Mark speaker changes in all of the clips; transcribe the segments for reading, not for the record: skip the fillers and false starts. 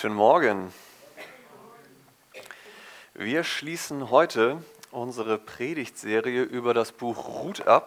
Speaker 1: Guten Morgen. Wir schließen heute unsere Predigtserie über das Buch Ruth ab.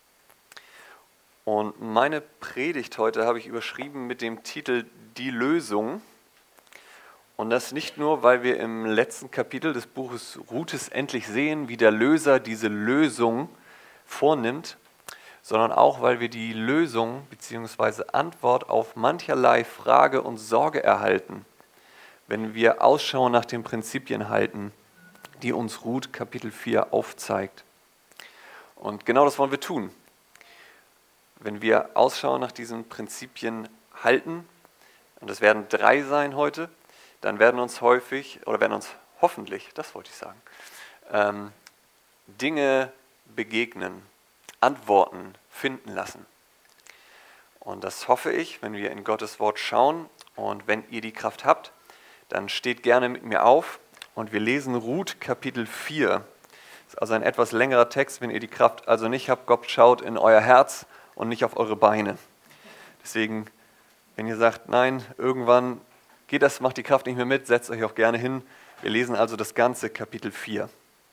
Speaker 1: Und meine Predigt heute habe ich überschrieben mit dem Titel Die Lösung. Und das nicht nur, weil wir im letzten Kapitel des Buches Ruthes endlich sehen, wie der Löser diese Lösung vornimmt, sondern auch, weil wir die Lösung bzw. Antwort auf mancherlei Frage und Sorge erhalten, wenn wir Ausschau nach den Prinzipien halten, die uns Ruth Kapitel 4 aufzeigt. Und genau das wollen wir tun. Wenn wir Ausschau nach diesen Prinzipien halten, und es werden 3 sein heute, dann werden uns hoffentlich, das wollte ich sagen, Dinge begegnen, Antworten finden lassen. Und das hoffe ich, wenn wir in Gottes Wort schauen und wenn ihr die Kraft habt, dann steht gerne mit mir auf und wir lesen Ruth Kapitel 4. Das ist also ein etwas längerer Text, wenn ihr die Kraft also nicht habt. Gott schaut in euer Herz und nicht auf eure Beine. Deswegen, wenn ihr sagt, nein, irgendwann geht das, macht die Kraft nicht mehr mit, setzt euch auch gerne hin. Wir lesen also das ganze Kapitel 4.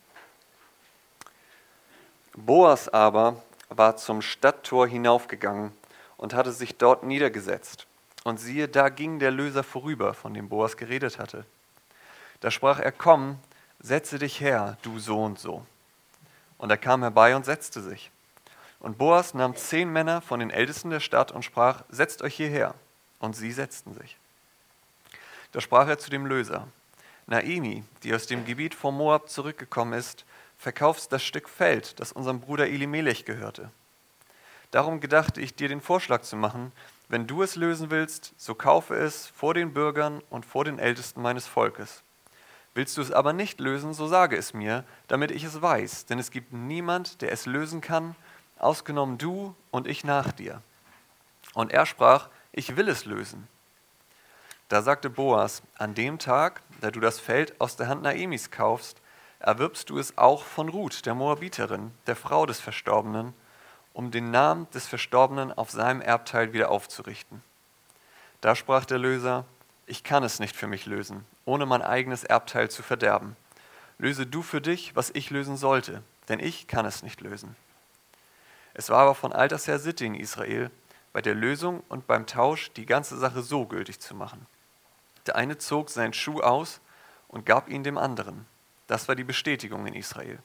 Speaker 1: Boas aber war zum Stadttor hinaufgegangen und hatte sich dort niedergesetzt. Und siehe, da ging der Löser vorüber, von dem Boas geredet hatte. Da sprach er, komm, setze dich her, du so und so. Und er kam herbei und setzte sich. Und Boas nahm 10 Männer von den Ältesten der Stadt und sprach, setzt euch hierher. Und sie setzten sich. Da sprach er zu dem Löser, Naemi, die aus dem Gebiet von Moab zurückgekommen ist, verkaufst das Stück Feld, das unserem Bruder Elimelech gehörte. Darum gedachte ich, dir den Vorschlag zu machen, wenn du es lösen willst, so kaufe es vor den Bürgern und vor den Ältesten meines Volkes. Willst du es aber nicht lösen, so sage es mir, damit ich es weiß, denn es gibt niemand, der es lösen kann, ausgenommen du und ich nach dir. Und er sprach, ich will es lösen. Da sagte Boas, an dem Tag, da du das Feld aus der Hand Naemis kaufst, erwirbst du es auch von Ruth, der Moabiterin, der Frau des Verstorbenen, um den Namen des Verstorbenen auf seinem Erbteil wieder aufzurichten. Da sprach der Löser, ich kann es nicht für mich lösen, ohne mein eigenes Erbteil zu verderben. Löse du für dich, was ich lösen sollte, denn ich kann es nicht lösen. Es war aber von alters her Sitte in Israel, bei der Lösung und beim Tausch die ganze Sache so gültig zu machen. Der eine zog seinen Schuh aus und gab ihn dem anderen. Das war die Bestätigung in Israel.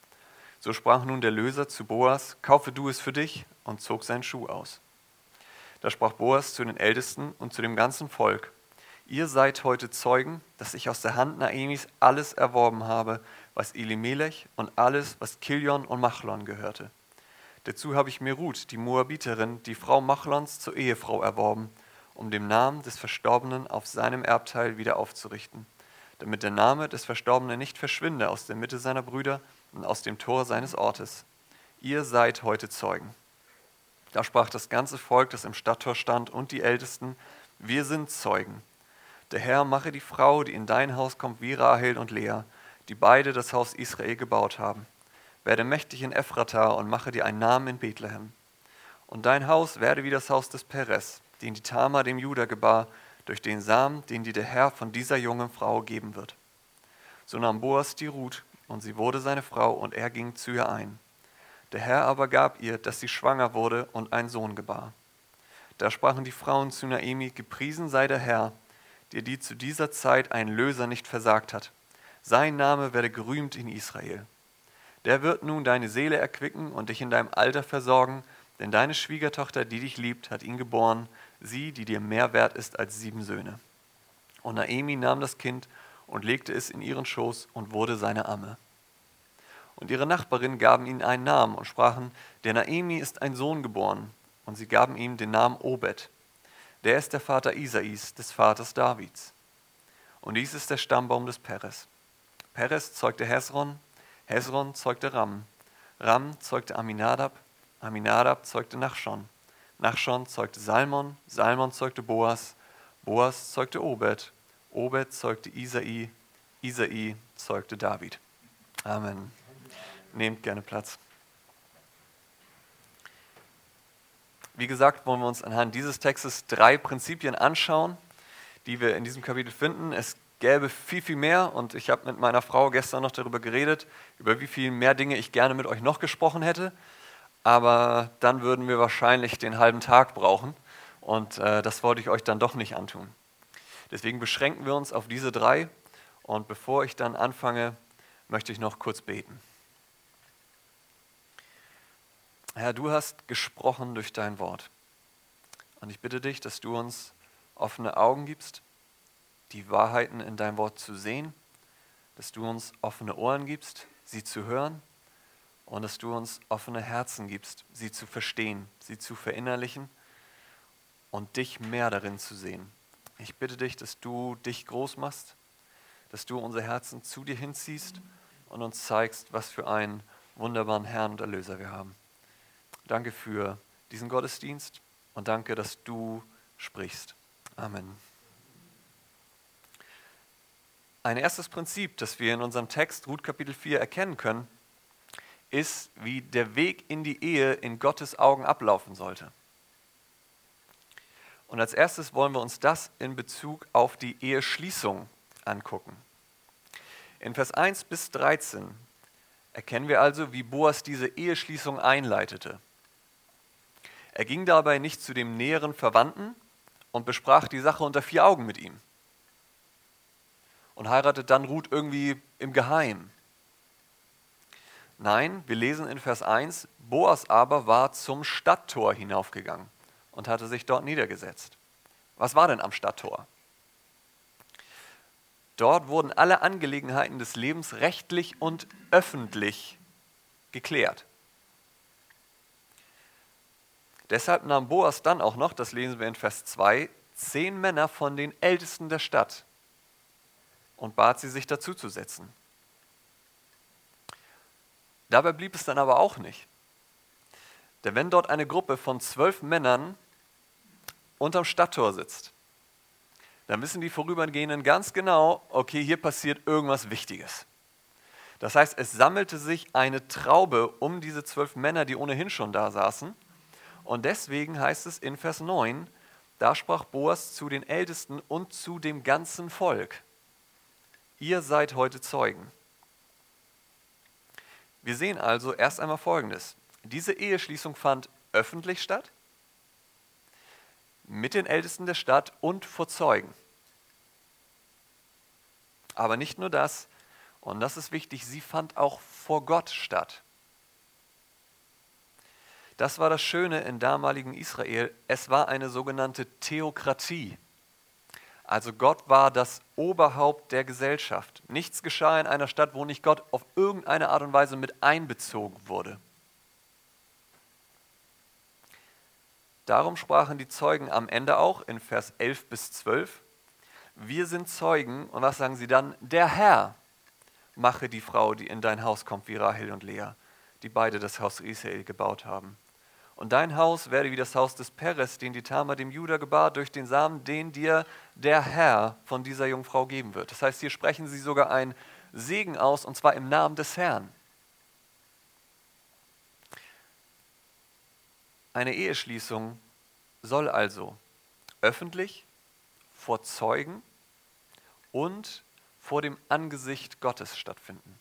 Speaker 1: So sprach nun der Löser zu Boas, kaufe du es für dich, und zog seinen Schuh aus. Da sprach Boas zu den Ältesten und zu dem ganzen Volk, ihr seid heute Zeugen, dass ich aus der Hand Naemis alles erworben habe, was Elimelech und alles, was Kilion und Machlon gehörte. Dazu habe ich mir Ruth, die Moabiterin, die Frau Machlons, zur Ehefrau erworben, um den Namen des Verstorbenen auf seinem Erbteil wieder aufzurichten, damit der Name des Verstorbenen nicht verschwinde aus der Mitte seiner Brüder und aus dem Tor seines Ortes. Ihr seid heute Zeugen. Da sprach das ganze Volk, das im Stadttor stand, und die Ältesten, wir sind Zeugen. Der Herr mache die Frau, die in dein Haus kommt, wie Rahel und Lea, die beide das Haus Israel gebaut haben. Werde mächtig in Ephrata und mache dir einen Namen in Bethlehem. Und dein Haus werde wie das Haus des Peres, den die Tamar dem Juda gebar, durch den Samen, den dir der Herr von dieser jungen Frau geben wird. So nahm Boas die Ruth, und sie wurde seine Frau, und er ging zu ihr ein. Der Herr aber gab ihr, dass sie schwanger wurde und einen Sohn gebar. Da sprachen die Frauen zu Naemi, gepriesen sei der Herr, der dir zu dieser Zeit einen Löser nicht versagt hat. Sein Name werde gerühmt in Israel. Der wird nun deine Seele erquicken und dich in deinem Alter versorgen, denn deine Schwiegertochter, die dich liebt, hat ihn geboren, sie, die dir mehr wert ist als 7 Söhne. Und Naemi nahm das Kind und legte es in ihren Schoß und wurde seine Amme. Und ihre Nachbarinnen gaben ihm einen Namen und sprachen, der Naemi ist ein Sohn geboren. Und sie gaben ihm den Namen Obed. Der ist der Vater Isais, des Vaters Davids. Und dies ist der Stammbaum des Peres. Peres zeugte Hesron, Hesron zeugte Ram, Ram zeugte Aminadab, Aminadab zeugte Nachschon, Nachschon zeugte Salmon, Salmon zeugte Boas, Boas zeugte Obed, Obed zeugte Isai, Isai zeugte David. Amen. Nehmt gerne Platz. Wie gesagt, wollen wir uns anhand dieses Textes 3 Prinzipien anschauen, die wir in diesem Kapitel finden. Es gäbe viel, viel mehr und ich habe mit meiner Frau gestern noch darüber geredet, über wie viel mehr Dinge ich gerne mit euch noch gesprochen hätte, aber dann würden wir wahrscheinlich den halben Tag brauchen und das wollte ich euch dann doch nicht antun. Deswegen beschränken wir uns auf diese 3 und bevor ich dann anfange, möchte ich noch kurz beten. Herr, du hast gesprochen durch dein Wort und ich bitte dich, dass du uns offene Augen gibst, die Wahrheiten in deinem Wort zu sehen, dass du uns offene Ohren gibst, sie zu hören und dass du uns offene Herzen gibst, sie zu verstehen, sie zu verinnerlichen und dich mehr darin zu sehen. Ich bitte dich, dass du dich groß machst, dass du unsere Herzen zu dir hinziehst und uns zeigst, was für einen wunderbaren Herrn und Erlöser wir haben. Danke für diesen Gottesdienst und danke, dass du sprichst. Amen. Ein erstes Prinzip, das wir in unserem Text Ruth Kapitel 4 erkennen können, ist, wie der Weg in die Ehe in Gottes Augen ablaufen sollte. Und als erstes wollen wir uns das in Bezug auf die Eheschließung angucken. In Vers 1 bis 13 erkennen wir also, wie Boas diese Eheschließung einleitete. Er ging dabei nicht zu dem näheren Verwandten und besprach die Sache unter 4 Augen mit ihm und heiratet dann Ruth irgendwie im Geheimen. Nein, wir lesen in Vers 1, Boas aber war zum Stadttor hinaufgegangen und hatte sich dort niedergesetzt. Was war denn am Stadttor? Dort wurden alle Angelegenheiten des Lebens rechtlich und öffentlich geklärt. Deshalb nahm Boas dann auch noch, das lesen wir in Vers 2, 10 Männer von den Ältesten der Stadt und bat sie, sich dazuzusetzen. Dabei blieb es dann aber auch nicht. Denn wenn dort eine Gruppe von 12 Männern unterm Stadttor sitzt, dann wissen die Vorübergehenden ganz genau, okay, hier passiert irgendwas Wichtiges. Das heißt, es sammelte sich eine Traube um diese 12 Männer, die ohnehin schon da saßen. Und deswegen heißt es in Vers 9, da sprach Boas zu den Ältesten und zu dem ganzen Volk: Ihr seid heute Zeugen. Wir sehen also erst einmal Folgendes. Diese Eheschließung fand öffentlich statt, mit den Ältesten der Stadt und vor Zeugen. Aber nicht nur das, und das ist wichtig, sie fand auch vor Gott statt. Das war das Schöne im damaligen Israel. Es war eine sogenannte Theokratie. Also Gott war das Oberhaupt der Gesellschaft. Nichts geschah in einer Stadt, wo nicht Gott auf irgendeine Art und Weise mit einbezogen wurde. Darum sprachen die Zeugen am Ende auch in Vers 11 bis 12, wir sind Zeugen, und was sagen sie dann? Der Herr mache die Frau, die in dein Haus kommt, wie Rahel und Lea, die beide das Haus Israel gebaut haben. Und dein Haus werde wie das Haus des Peres, den die Tamar dem Juda gebar, durch den Samen, den dir der Herr von dieser Jungfrau geben wird. Das heißt, hier sprechen sie sogar einen Segen aus, und zwar im Namen des Herrn. Eine Eheschließung soll also öffentlich, vor Zeugen und vor dem Angesicht Gottes stattfinden.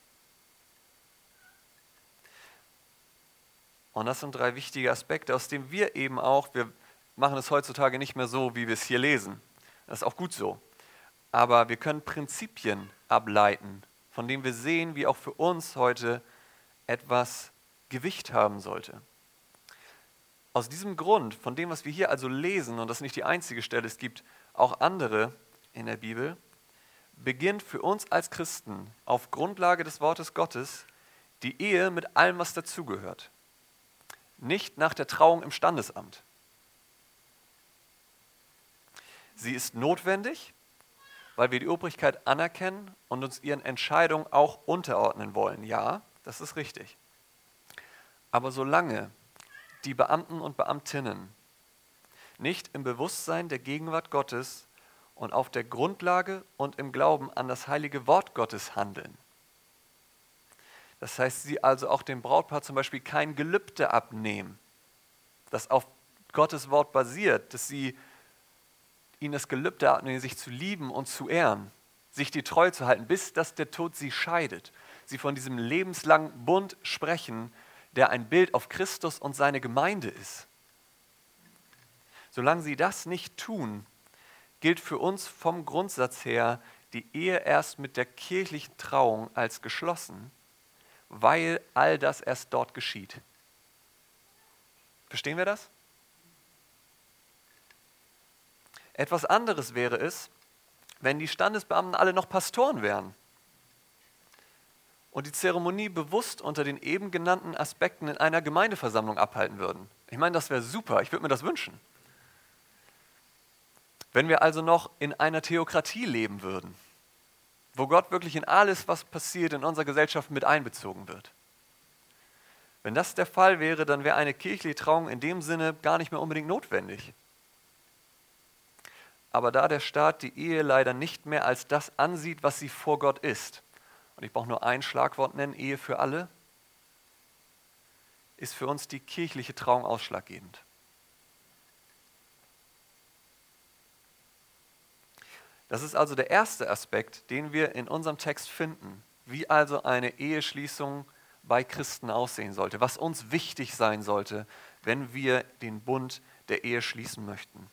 Speaker 1: Und das sind 3 wichtige Aspekte, aus denen wir machen es heutzutage nicht mehr so, wie wir es hier lesen. Das ist auch gut so. Aber wir können Prinzipien ableiten, von denen wir sehen, wie auch für uns heute etwas Gewicht haben sollte. Aus diesem Grund, von dem, was wir hier also lesen, und das ist nicht die einzige Stelle, es gibt auch andere in der Bibel, beginnt für uns als Christen auf Grundlage des Wortes Gottes die Ehe mit allem, was dazugehört. Nicht nach der Trauung im Standesamt. Sie ist notwendig, weil wir die Obrigkeit anerkennen und uns ihren Entscheidungen auch unterordnen wollen. Ja, das ist richtig. Aber solange die Beamten und Beamtinnen nicht im Bewusstsein der Gegenwart Gottes und auf der Grundlage und im Glauben an das heilige Wort Gottes handeln, das heißt, sie also auch dem Brautpaar zum Beispiel kein Gelübde abnehmen, das auf Gottes Wort basiert, dass sie ihnen das Gelübde abnehmen, sich zu lieben und zu ehren, sich die Treue zu halten, bis dass der Tod sie scheidet. Sie von diesem lebenslangen Bund sprechen, der ein Bild auf Christus und seine Gemeinde ist. Solange sie das nicht tun, gilt für uns vom Grundsatz her die Ehe erst mit der kirchlichen Trauung als geschlossen, weil all das erst dort geschieht. Verstehen wir das? Etwas anderes wäre es, wenn die Standesbeamten alle noch Pastoren wären und die Zeremonie bewusst unter den eben genannten Aspekten in einer Gemeindeversammlung abhalten würden. Ich meine, das wäre super, ich würde mir das wünschen. Wenn wir also noch in einer Theokratie leben würden, wo Gott wirklich in alles, was passiert in unserer Gesellschaft mit einbezogen wird. Wenn das der Fall wäre, dann wäre eine kirchliche Trauung in dem Sinne gar nicht mehr unbedingt notwendig. Aber da der Staat die Ehe leider nicht mehr als das ansieht, was sie vor Gott ist, und ich brauche nur ein Schlagwort nennen, Ehe für alle, ist für uns die kirchliche Trauung ausschlaggebend. Das ist also der erste Aspekt, den wir in unserem Text finden, wie also eine Eheschließung bei Christen aussehen sollte, was uns wichtig sein sollte, wenn wir den Bund der Ehe schließen möchten.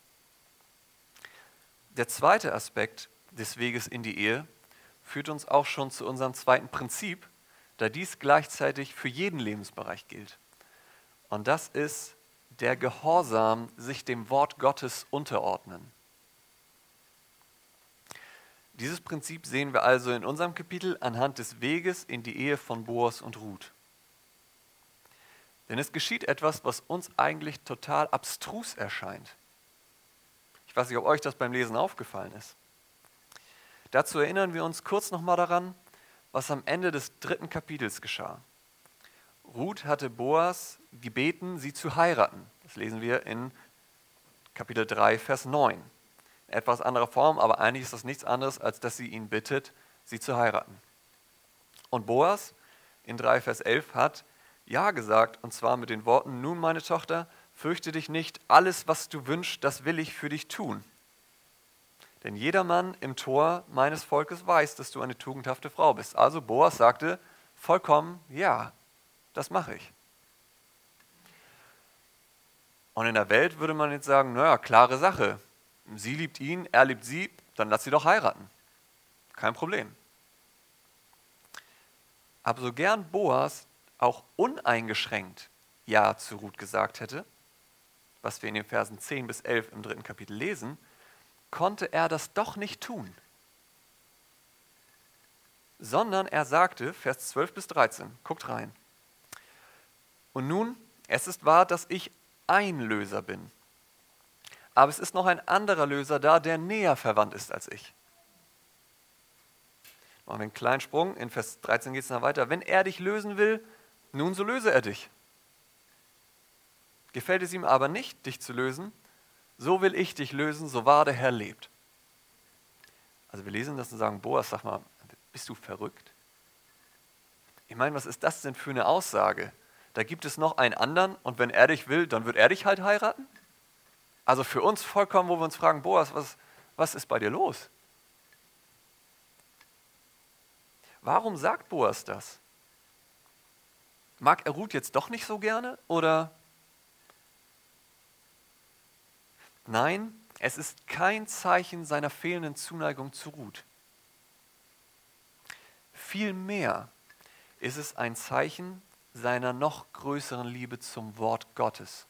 Speaker 1: Der zweite Aspekt des Weges in die Ehe führt uns auch schon zu unserem zweiten Prinzip, da dies gleichzeitig für jeden Lebensbereich gilt. Und das ist der Gehorsam, sich dem Wort Gottes unterordnen. Dieses Prinzip sehen wir also in unserem Kapitel anhand des Weges in die Ehe von Boas und Ruth. Denn es geschieht etwas, was uns eigentlich total abstrus erscheint. Ich weiß nicht, ob euch das beim Lesen aufgefallen ist. Dazu erinnern wir uns kurz nochmal daran, was am Ende des 3. Kapitels geschah. Ruth hatte Boas gebeten, sie zu heiraten. Das lesen wir in Kapitel 3, Vers 9. In etwas anderer Form, aber eigentlich ist das nichts anderes, als dass sie ihn bittet, sie zu heiraten. Und Boas in 3, Vers 11 hat Ja gesagt, und zwar mit den Worten: Nun, meine Tochter, fürchte dich nicht, alles, was du wünschst, das will ich für dich tun. Denn jeder Mann im Tor meines Volkes weiß, dass du eine tugendhafte Frau bist. Also Boas sagte vollkommen: Ja, das mache ich. Und in der Welt würde man jetzt sagen, naja, klare Sache. Sie liebt ihn, er liebt sie, dann lass sie doch heiraten. Kein Problem. Aber so gern Boas auch uneingeschränkt Ja zu Ruth gesagt hätte, was wir in den Versen 10 bis 11 im 3. Kapitel lesen, konnte er das doch nicht tun. Sondern er sagte, Vers 12 bis 13, guckt rein. Und nun, es ist wahr, dass ich ein Löser bin. Aber es ist noch ein anderer Löser da, der näher verwandt ist als ich. Machen wir einen kleinen Sprung. In Vers 13 geht es noch weiter. Wenn er dich lösen will, nun so löse er dich. Gefällt es ihm aber nicht, dich zu lösen, so will ich dich lösen, so wahr der Herr lebt. Also wir lesen das und sagen, Boas, sag mal, bist du verrückt? Ich meine, was ist das denn für eine Aussage? Da gibt es noch einen anderen und wenn er dich will, dann wird er dich halt heiraten? Also für uns vollkommen, wo wir uns fragen, Boas, was ist bei dir los? Warum sagt Boas das? Mag er Ruth jetzt doch nicht so gerne? Oder? Nein, es ist kein Zeichen seiner fehlenden Zuneigung zu Ruth. Vielmehr ist es ein Zeichen seiner noch größeren Liebe zum Wort Gottes.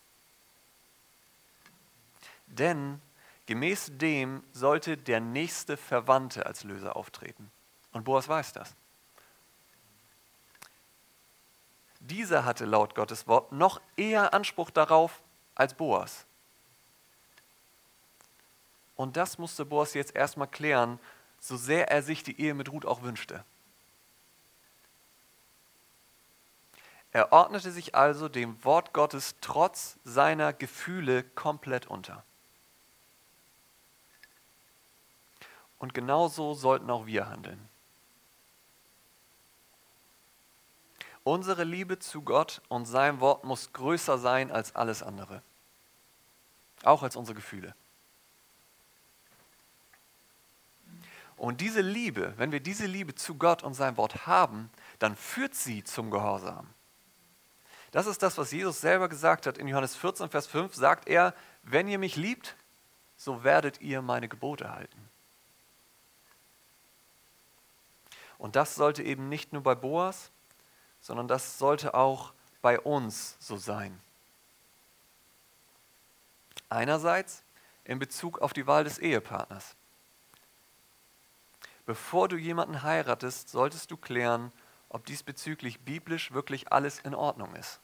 Speaker 1: Denn gemäß dem sollte der nächste Verwandte als Löser auftreten. Und Boas weiß das. Dieser hatte laut Gottes Wort noch eher Anspruch darauf als Boas. Und das musste Boas jetzt erstmal klären, so sehr er sich die Ehe mit Ruth auch wünschte. Er ordnete sich also dem Wort Gottes trotz seiner Gefühle komplett unter. Und genauso sollten auch wir handeln. Unsere Liebe zu Gott und seinem Wort muss größer sein als alles andere. Auch als unsere Gefühle. Und diese Liebe, wenn wir diese Liebe zu Gott und seinem Wort haben, dann führt sie zum Gehorsam. Das ist das, was Jesus selber gesagt hat. In Johannes 14, Vers 5 sagt er, wenn ihr mich liebt, so werdet ihr meine Gebote halten. Und das sollte eben nicht nur bei Boas, sondern das sollte auch bei uns so sein. Einerseits in Bezug auf die Wahl des Ehepartners. Bevor du jemanden heiratest, solltest du klären, ob diesbezüglich biblisch wirklich alles in Ordnung ist.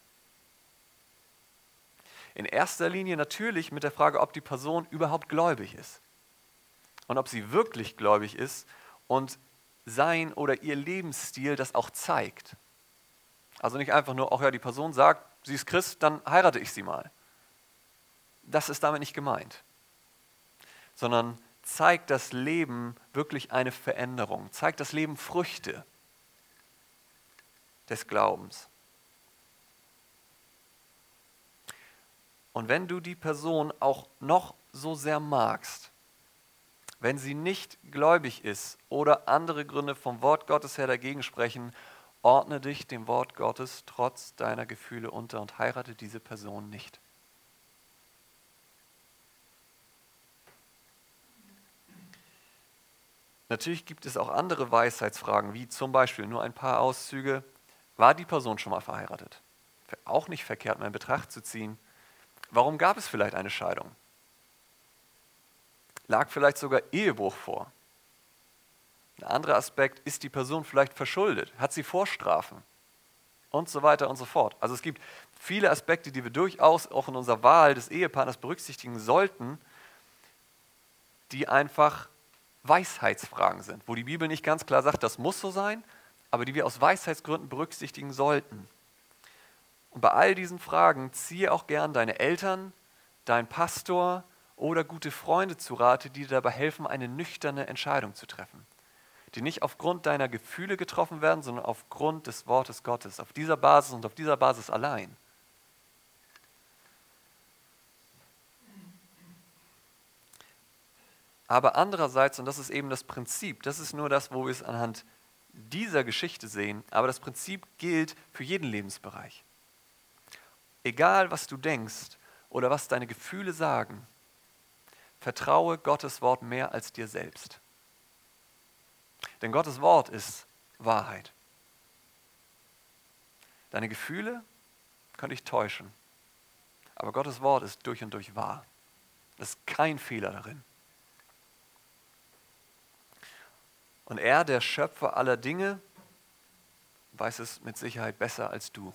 Speaker 1: In erster Linie natürlich mit der Frage, ob die Person überhaupt gläubig ist. Und ob sie wirklich gläubig ist und sein oder ihr Lebensstil das auch zeigt. Also nicht einfach nur, ach ja, die Person sagt, sie ist Christ, dann heirate ich sie mal. Das ist damit nicht gemeint. Sondern zeigt das Leben wirklich eine Veränderung, zeigt das Leben Früchte des Glaubens. Und wenn du die Person auch noch so sehr magst, wenn sie nicht gläubig ist oder andere Gründe vom Wort Gottes her dagegen sprechen, ordne dich dem Wort Gottes trotz deiner Gefühle unter und heirate diese Person nicht. Natürlich gibt es auch andere Weisheitsfragen, wie zum Beispiel nur ein paar Auszüge. War die Person schon mal verheiratet? Auch nicht verkehrt, mal in Betracht zu ziehen. Warum gab es vielleicht eine Scheidung? Lag vielleicht sogar Ehebruch vor? Ein anderer Aspekt, ist die Person vielleicht verschuldet? Hat sie Vorstrafen? Und so weiter und so fort. Also es gibt viele Aspekte, die wir durchaus auch in unserer Wahl des Ehepartners berücksichtigen sollten, die einfach Weisheitsfragen sind, wo die Bibel nicht ganz klar sagt, das muss so sein, aber die wir aus Weisheitsgründen berücksichtigen sollten. Und bei all diesen Fragen ziehe auch gern deine Eltern, deinen Pastor oder gute Freunde zu Rate, die dir dabei helfen, eine nüchterne Entscheidung zu treffen, die nicht aufgrund deiner Gefühle getroffen werden, sondern aufgrund des Wortes Gottes, auf dieser Basis und auf dieser Basis allein. Aber andererseits, und das ist eben das Prinzip, das ist nur das, wo wir es anhand dieser Geschichte sehen, aber das Prinzip gilt für jeden Lebensbereich. Egal, was du denkst oder was deine Gefühle sagen, vertraue Gottes Wort mehr als dir selbst. Denn Gottes Wort ist Wahrheit. Deine Gefühle können dich täuschen, aber Gottes Wort ist durch und durch wahr. Es ist kein Fehler darin. Und er, der Schöpfer aller Dinge, weiß es mit Sicherheit besser als du.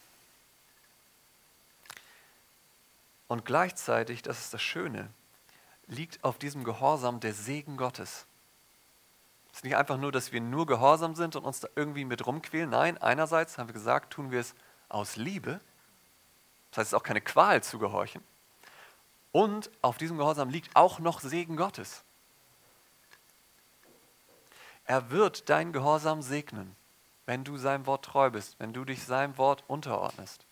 Speaker 1: Und gleichzeitig, das ist das Schöne, liegt auf diesem Gehorsam der Segen Gottes. Es ist nicht einfach nur, dass wir nur gehorsam sind und uns da irgendwie mit rumquälen. Nein, einerseits haben wir gesagt, tun wir es aus Liebe. Das heißt, es ist auch keine Qual zu gehorchen. Und auf diesem Gehorsam liegt auch noch Segen Gottes. Er wird dein Gehorsam segnen, wenn du seinem Wort treu bist, wenn du dich seinem Wort unterordnest.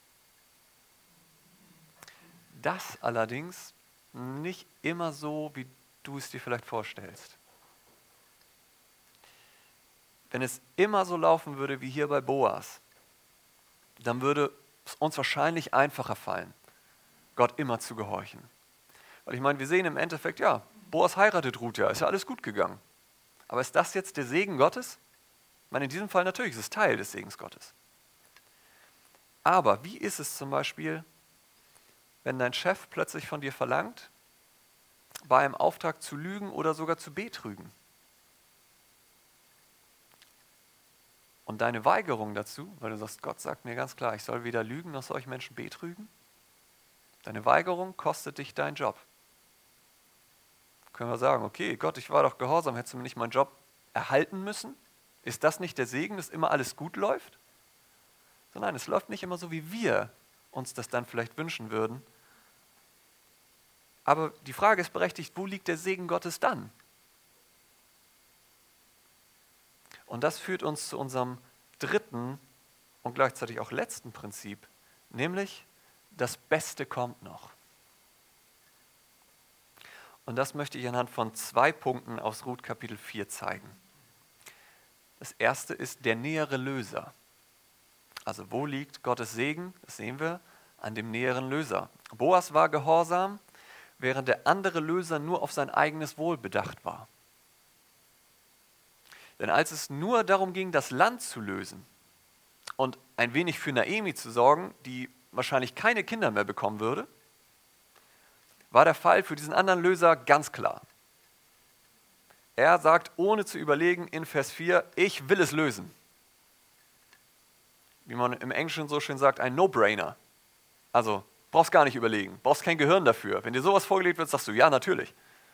Speaker 1: Das allerdings nicht immer so, wie du es dir vielleicht vorstellst. Wenn es immer so laufen würde wie hier bei Boas, dann würde es uns wahrscheinlich einfacher fallen, Gott immer zu gehorchen. Weil ich meine, wir sehen im Endeffekt, ja, Boas heiratet Ruth, ja, ist ja alles gut gegangen. Aber ist das jetzt der Segen Gottes? Ich meine, in diesem Fall natürlich ist es Teil des Segens Gottes. Aber wie ist es zum Beispiel, wenn dein Chef plötzlich von dir verlangt, bei einem Auftrag zu lügen oder sogar zu betrügen? Und deine Weigerung dazu, weil du sagst, Gott sagt mir ganz klar, ich soll weder lügen noch solche Menschen betrügen, deine Weigerung kostet dich deinen Job. Können wir sagen, okay, Gott, ich war doch gehorsam, hättest du mir nicht meinen Job erhalten müssen? Ist das nicht der Segen, dass immer alles gut läuft? So, nein, es läuft nicht immer so, wie wir uns das dann vielleicht wünschen würden. Aber die Frage ist berechtigt, wo liegt der Segen Gottes dann? Und das führt uns zu unserem dritten und gleichzeitig auch letzten Prinzip, nämlich das Beste kommt noch. Und das möchte ich anhand von 2 Punkten aus Ruth Kapitel 4 zeigen. Das erste ist der nähere Löser. Also wo liegt Gottes Segen? Das sehen wir an dem näheren Löser. Boas war gehorsam, während der andere Löser nur auf sein eigenes Wohl bedacht war. Denn als es nur darum ging, das Land zu lösen und ein wenig für Naomi zu sorgen, die wahrscheinlich keine Kinder mehr bekommen würde, war der Fall für diesen anderen Löser ganz klar. Er sagt, ohne zu überlegen, in Vers 4, ich will es lösen. Wie man im Englischen so schön sagt, ein No-Brainer. Also, brauchst gar nicht überlegen, brauchst kein Gehirn dafür. Wenn dir sowas vorgelegt wird, sagst du, ja, natürlich.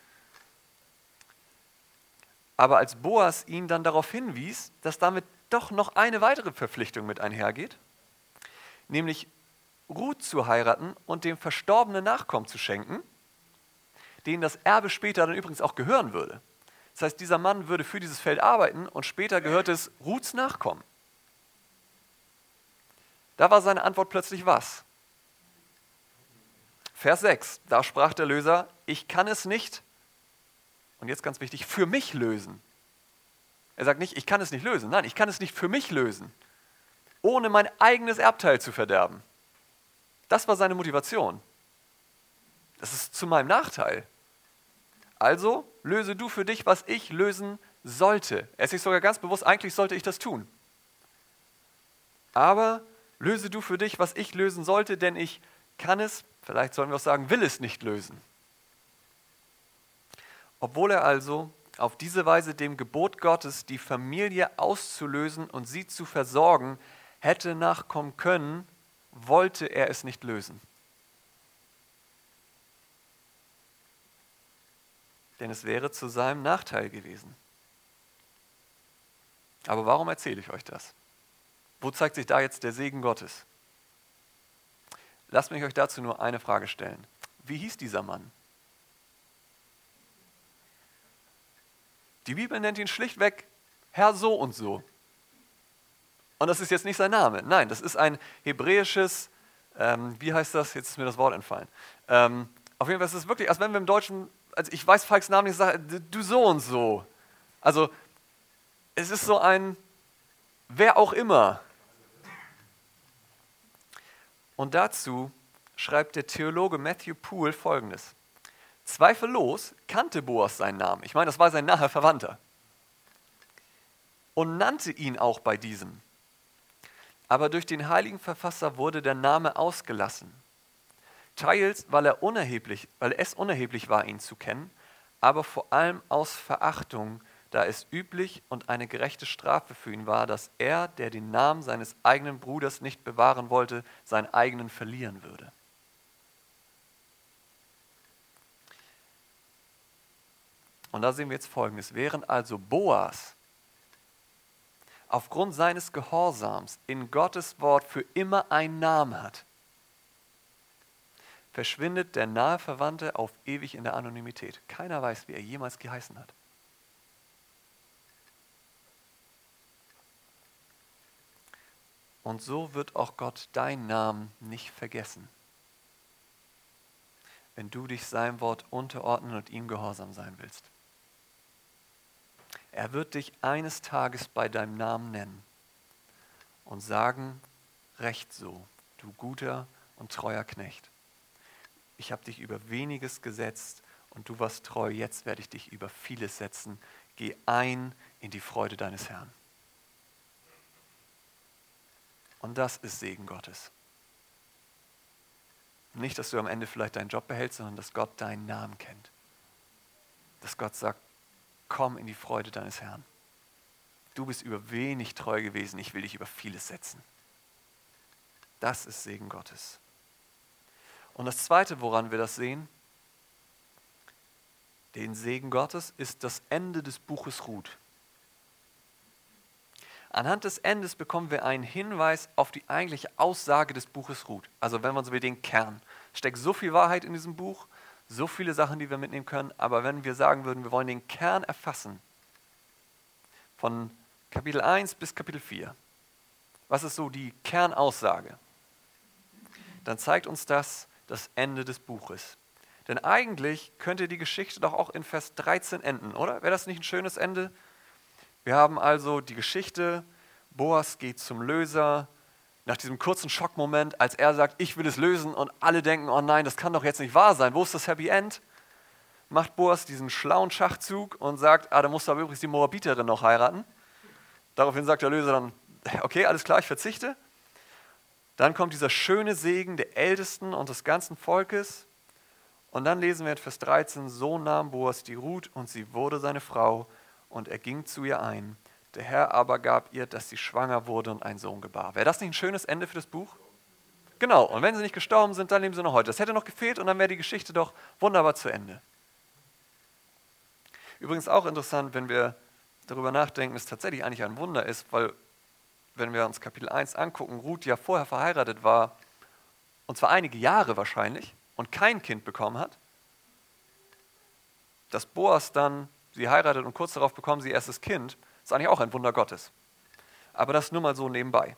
Speaker 1: Aber als Boas ihn dann darauf hinwies, dass damit doch noch eine weitere Verpflichtung mit einhergeht, nämlich Ruth zu heiraten und dem verstorbenen Nachkommen zu schenken, denen das Erbe später dann übrigens auch gehören würde. Das heißt, dieser Mann würde für dieses Feld arbeiten und später gehört es Ruths Nachkommen. Da war seine Antwort plötzlich was? Vers 6, da sprach der Löser, ich kann es nicht, und jetzt ganz wichtig, für mich lösen. Er sagt nicht, ich kann es nicht lösen, nein, ich kann es nicht für mich lösen, ohne mein eigenes Erbteil zu verderben. Das war seine Motivation. Das ist zu meinem Nachteil. Also löse du für dich, was ich lösen sollte. Er ist sich sogar ganz bewusst, eigentlich sollte ich das tun. Aber löse du für dich, was ich lösen sollte, denn ich kann es, vielleicht sollen wir auch sagen, will es nicht lösen. Obwohl er also auf diese Weise dem Gebot Gottes, die Familie auszulösen und sie zu versorgen, hätte nachkommen können, wollte er es nicht lösen. Denn es wäre zu seinem Nachteil gewesen. Aber warum erzähle ich euch das? Wo zeigt sich da jetzt der Segen Gottes? Lasst mich euch dazu nur eine Frage stellen. Wie hieß dieser Mann? Die Bibel nennt ihn schlichtweg Herr so und so. Und das ist jetzt nicht sein Name. Nein, das ist ein hebräisches, wie heißt das? Jetzt ist mir das Wort entfallen. Auf jeden Fall ist es wirklich, als wenn wir im Deutschen, also ich weiß Falks Namen nicht, sage, du so und so. Also es ist so ein, wer auch immer. Und dazu schreibt der Theologe Matthew Poole Folgendes. Zweifellos kannte Boas seinen Namen. Ich meine, das war sein naher Verwandter. Und nannte ihn auch bei diesem. Aber durch den heiligen Verfasser wurde der Name ausgelassen. Teils, weil es unerheblich war, ihn zu kennen, aber vor allem aus Verachtung, da es üblich und eine gerechte Strafe für ihn war, dass er, der den Namen seines eigenen Bruders nicht bewahren wollte, seinen eigenen verlieren würde. Und da sehen wir jetzt Folgendes. Während also Boas aufgrund seines Gehorsams in Gottes Wort für immer einen Namen hat, verschwindet der nahe Verwandte auf ewig in der Anonymität. Keiner weiß, wie er jemals geheißen hat. Und so wird auch Gott deinen Namen nicht vergessen, wenn du dich seinem Wort unterordnen und ihm gehorsam sein willst. Er wird dich eines Tages bei deinem Namen nennen und sagen, recht so, du guter und treuer Knecht. Ich habe dich über weniges gesetzt und du warst treu, jetzt werde ich dich über vieles setzen. Geh ein in die Freude deines Herrn. Und das ist Segen Gottes. Nicht, dass du am Ende vielleicht deinen Job behältst, sondern dass Gott deinen Namen kennt. Dass Gott sagt, komm in die Freude deines Herrn. Du bist über wenig treu gewesen, ich will dich über vieles setzen. Das ist Segen Gottes. Und das Zweite, woran wir das sehen, den Segen Gottes, ist das Ende des Buches Ruth. Anhand des Endes bekommen wir einen Hinweis auf die eigentliche Aussage des Buches Ruth. Also wenn man so will, den Kern. Es steckt so viel Wahrheit in diesem Buch, so viele Sachen, die wir mitnehmen können. Aber wenn wir sagen würden, wir wollen den Kern erfassen, von Kapitel 1 bis Kapitel 4, was ist so die Kernaussage? Dann zeigt uns das Ende des Buches. Denn eigentlich könnte die Geschichte doch auch in Vers 13 enden, oder? Wäre das nicht ein schönes Ende? Wir haben also die Geschichte, Boas geht zum Löser, nach diesem kurzen Schockmoment, als er sagt, ich will es lösen und alle denken, oh nein, das kann doch jetzt nicht wahr sein, wo ist das Happy End? Macht Boas diesen schlauen Schachzug und sagt, da musst du aber übrigens die Moabiterin noch heiraten. Daraufhin sagt der Löser dann, okay, alles klar, ich verzichte. Dann kommt dieser schöne Segen der Ältesten und des ganzen Volkes. Und dann lesen wir in Vers 13, so nahm Boas die Ruth und sie wurde seine Frau und er ging zu ihr ein. Der Herr aber gab ihr, dass sie schwanger wurde und einen Sohn gebar. Wäre das nicht ein schönes Ende für das Buch? Genau, und wenn sie nicht gestorben sind, dann leben sie noch heute. Das hätte noch gefehlt und dann wäre die Geschichte doch wunderbar zu Ende. Übrigens auch interessant, wenn wir darüber nachdenken, dass es tatsächlich eigentlich ein Wunder ist, weil wenn wir uns Kapitel 1 angucken, Ruth ja vorher verheiratet war, und zwar einige Jahre wahrscheinlich, und kein Kind bekommen hat, dass Boas dann sie heiratet und kurz darauf bekommen sie ihr erstes Kind, ist eigentlich auch ein Wunder Gottes. Aber das nur mal so nebenbei.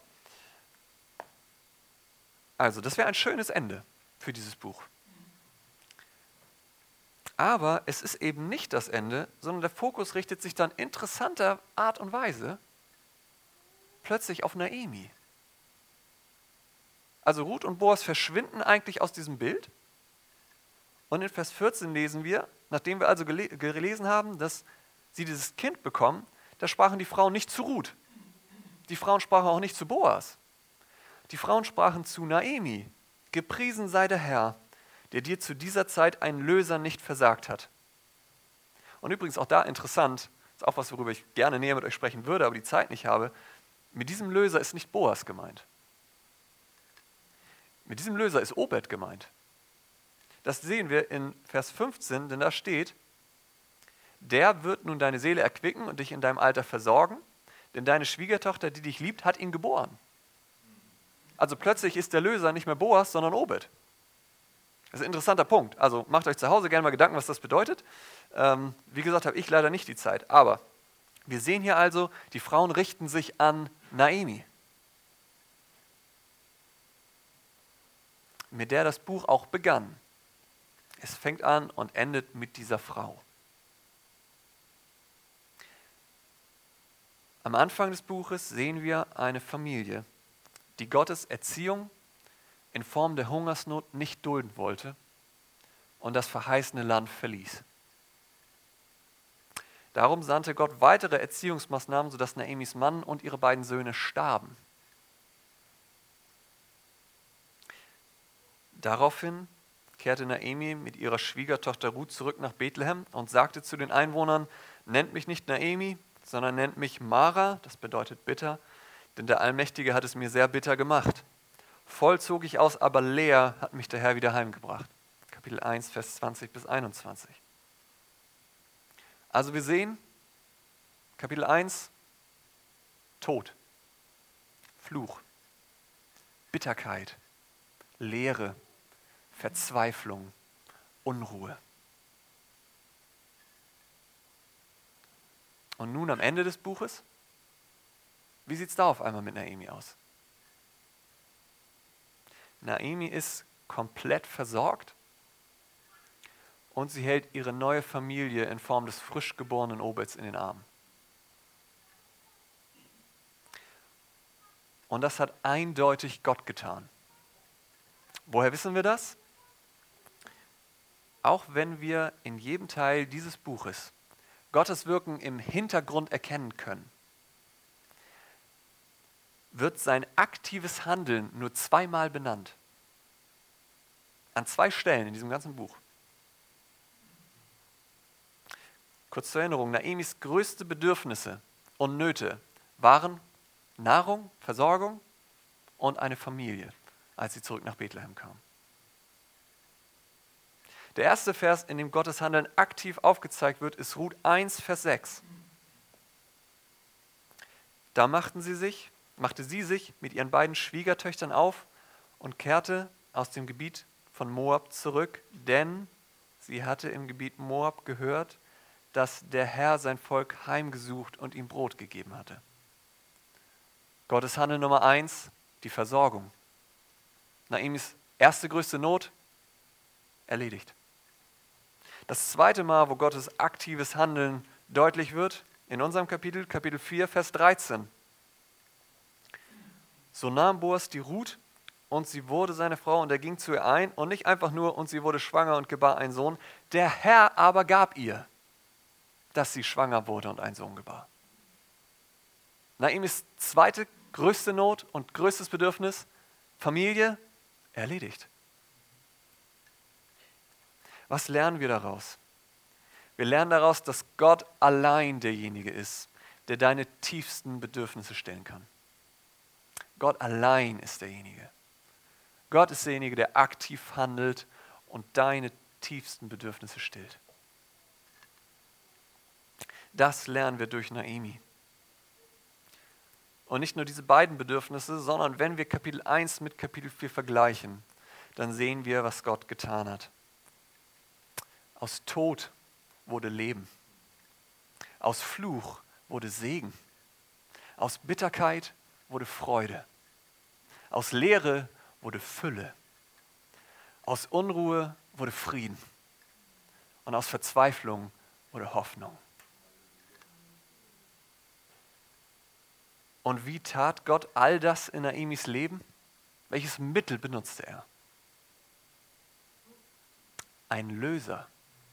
Speaker 1: Also, das wäre ein schönes Ende für dieses Buch. Aber es ist eben nicht das Ende, sondern der Fokus richtet sich dann interessanter Art und Weise plötzlich auf Naomi. Also Ruth und Boas verschwinden eigentlich aus diesem Bild. Und in Vers 14 lesen wir, nachdem wir also gelesen haben, dass sie dieses Kind bekommen, da sprachen die Frauen nicht zu Ruth. Die Frauen sprachen auch nicht zu Boas. Die Frauen sprachen zu Naomi. Gepriesen sei der Herr, der dir zu dieser Zeit einen Löser nicht versagt hat. Und übrigens auch da interessant, ist auch was, worüber ich gerne näher mit euch sprechen würde, aber die Zeit nicht habe. Mit diesem Löser ist nicht Boas gemeint. Mit diesem Löser ist Obed gemeint. Das sehen wir in Vers 15, denn da steht, der wird nun deine Seele erquicken und dich in deinem Alter versorgen, denn deine Schwiegertochter, die dich liebt, hat ihn geboren. Also plötzlich ist der Löser nicht mehr Boas, sondern Obed. Das ist ein interessanter Punkt. Also macht euch zu Hause gerne mal Gedanken, was das bedeutet. Wie gesagt, habe ich leider nicht die Zeit. Aber wir sehen hier also, die Frauen richten sich an Naomi, mit der das Buch auch begann. Es fängt an und endet mit dieser Frau. Am Anfang des Buches sehen wir eine Familie, die Gottes Erziehung in Form der Hungersnot nicht dulden wollte und das verheißene Land verließ. Darum sandte Gott weitere Erziehungsmaßnahmen, sodass Naomis Mann und ihre beiden Söhne starben. Daraufhin kehrte Naomi mit ihrer Schwiegertochter Ruth zurück nach Bethlehem und sagte zu den Einwohnern, nennt mich nicht Naomi, sondern nennt mich Mara, das bedeutet bitter, denn der Allmächtige hat es mir sehr bitter gemacht. Voll zog ich aus, aber leer hat mich der Herr wieder heimgebracht. Kapitel 1, Vers 20 bis 21. Also wir sehen, Kapitel 1, Tod, Fluch, Bitterkeit, Leere, Verzweiflung, Unruhe. Und nun am Ende des Buches, wie sieht es da auf einmal mit Naomi aus? Naomi ist komplett versorgt und sie hält ihre neue Familie in Form des frisch geborenen Obeds in den Armen. Und das hat eindeutig Gott getan. Woher wissen wir das? Auch wenn wir in jedem Teil dieses Buches Gottes Wirken im Hintergrund erkennen können, wird sein aktives Handeln nur zweimal benannt. An 2 Stellen in diesem ganzen Buch. Kurz zur Erinnerung, Naomis größte Bedürfnisse und Nöte waren Nahrung, Versorgung und eine Familie, als sie zurück nach Bethlehem kam. Der erste Vers, in dem Gottes Handeln aktiv aufgezeigt wird, ist Ruth 1, Vers 6. Da machte sie sich mit ihren beiden Schwiegertöchtern auf und kehrte aus dem Gebiet von Moab zurück, denn sie hatte im Gebiet Moab gehört, dass der Herr sein Volk heimgesucht und ihm Brot gegeben hatte. Gottes Handeln Nummer 1, die Versorgung. Naomis erste größte Not, erledigt. Das zweite Mal, wo Gottes aktives Handeln deutlich wird, in unserem Kapitel, Kapitel 4, Vers 13. So nahm Boas die Ruth und sie wurde seine Frau und er ging zu ihr ein und nicht einfach nur und sie wurde schwanger und gebar einen Sohn. Der Herr aber gab ihr, dass sie schwanger wurde und einen Sohn gebar. Naomis zweite größte Not und größtes Bedürfnis, Familie, erledigt. Was lernen wir daraus? Wir lernen daraus, dass Gott allein derjenige ist, der deine tiefsten Bedürfnisse stillen kann. Gott allein ist derjenige. Gott ist derjenige, der aktiv handelt und deine tiefsten Bedürfnisse stillt. Das lernen wir durch Naomi. Und nicht nur diese beiden Bedürfnisse, sondern wenn wir Kapitel 1 mit Kapitel 4 vergleichen, dann sehen wir, was Gott getan hat. Aus Tod wurde Leben. Aus Fluch wurde Segen. Aus Bitterkeit wurde Freude. Aus Leere wurde Fülle. Aus Unruhe wurde Frieden. Und aus Verzweiflung wurde Hoffnung. Und wie tat Gott all das in Naomis Leben? Welches Mittel benutzte er? Ein Löser.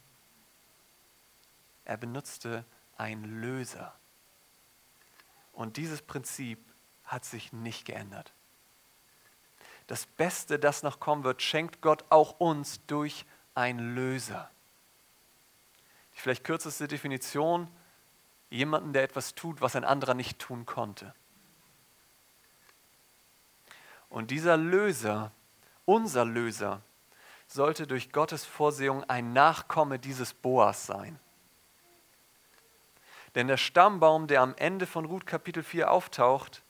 Speaker 1: Er benutzte einen Löser. Und dieses Prinzip hat sich nicht geändert. Das Beste, das noch kommen wird, schenkt Gott auch uns durch einen Löser. Die vielleicht kürzeste Definition: jemanden, der etwas tut, was ein anderer nicht tun konnte. Und dieser Löser, unser Löser, sollte durch Gottes Vorsehung ein Nachkomme dieses Boas sein. Denn der Stammbaum, der am Ende von Ruth Kapitel 4 auftaucht,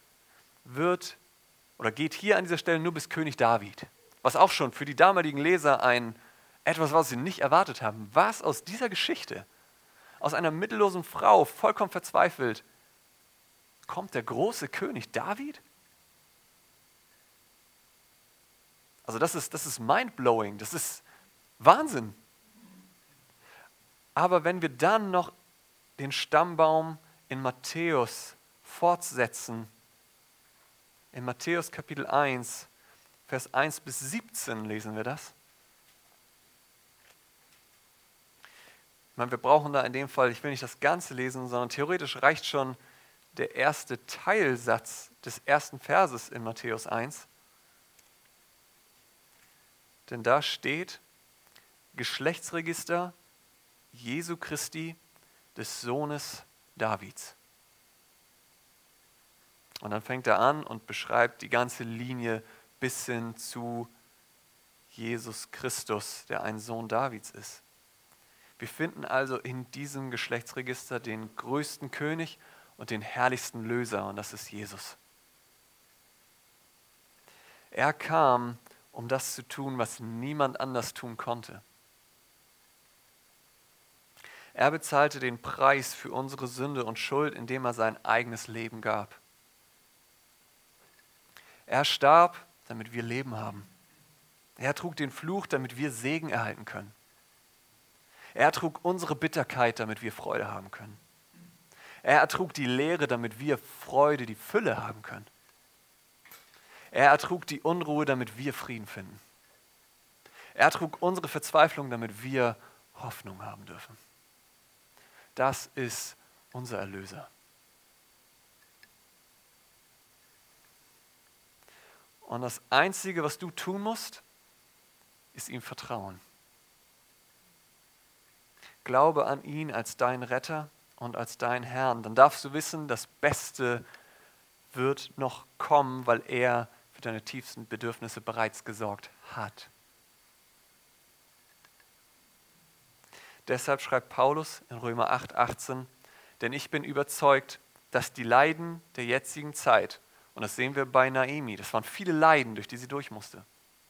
Speaker 1: geht hier an dieser Stelle nur bis König David. Was auch schon für die damaligen Leser etwas, was sie nicht erwartet haben. Was aus dieser Geschichte, aus einer mittellosen Frau, vollkommen verzweifelt, kommt der große König David? Also das ist mindblowing, das ist Wahnsinn. Aber wenn wir dann noch den Stammbaum in Matthäus fortsetzen, in Matthäus Kapitel 1, Vers 1 bis 17 lesen wir das. Ich meine, wir brauchen da in dem Fall, ich will nicht das Ganze lesen, sondern theoretisch reicht schon der erste Teilsatz des ersten Verses in Matthäus 1. Denn da steht: Geschlechtsregister Jesu Christi, des Sohnes Davids. Und dann fängt er an und beschreibt die ganze Linie bis hin zu Jesus Christus, der ein Sohn Davids ist. Wir finden also in diesem Geschlechtsregister den größten König und den herrlichsten Löser, und das ist Jesus. Er kam, um das zu tun, was niemand anders tun konnte. Er bezahlte den Preis für unsere Sünde und Schuld, indem er sein eigenes Leben gab. Er starb, damit wir Leben haben. Er trug den Fluch, damit wir Segen erhalten können. Er trug unsere Bitterkeit, damit wir Freude haben können. Er ertrug die Leere, damit wir Freude, die Fülle haben können. Er ertrug die Unruhe, damit wir Frieden finden. Er trug unsere Verzweiflung, damit wir Hoffnung haben dürfen. Das ist unser Erlöser. Und das Einzige, was du tun musst, ist ihm vertrauen. Glaube an ihn als deinen Retter und als deinen Herrn. Dann darfst du wissen, das Beste wird noch kommen, weil er für deine tiefsten Bedürfnisse bereits gesorgt hat. Deshalb schreibt Paulus in Römer 8,18: Denn ich bin überzeugt, dass die Leiden der jetzigen Zeit, und das sehen wir bei Naomi, das waren viele Leiden, durch die sie durch musste.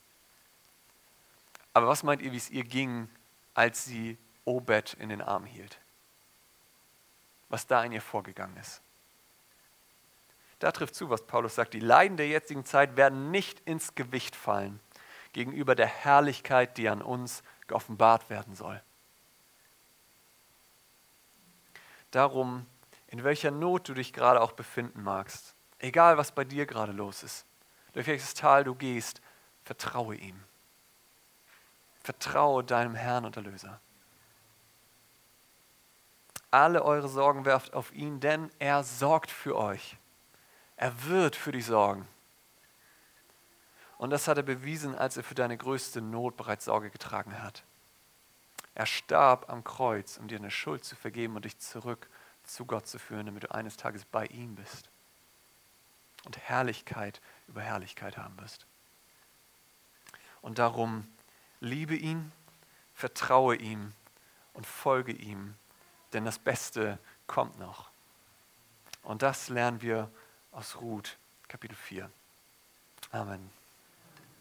Speaker 1: Aber was meint ihr, wie es ihr ging, als sie Obed in den Arm hielt? Was da in ihr vorgegangen ist. Da trifft zu, was Paulus sagt: Die Leiden der jetzigen Zeit werden nicht ins Gewicht fallen gegenüber der Herrlichkeit, die an uns geoffenbart werden soll. Darum, in welcher Not du dich gerade auch befinden magst, egal was bei dir gerade los ist, durch welches Tal du gehst, vertraue ihm. Vertraue deinem Herrn und Erlöser. Alle eure Sorgen werft auf ihn, denn er sorgt für euch. Er wird für dich sorgen. Und das hat er bewiesen, als er für deine größte Not bereits Sorge getragen hat. Er starb am Kreuz, um dir eine Schuld zu vergeben und dich zurück zu Gott zu führen, damit du eines Tages bei ihm bist und Herrlichkeit über Herrlichkeit haben wirst. Und darum liebe ihn, vertraue ihm und folge ihm, denn das Beste kommt noch. Und das lernen wir aus Ruth, Kapitel 4. Amen.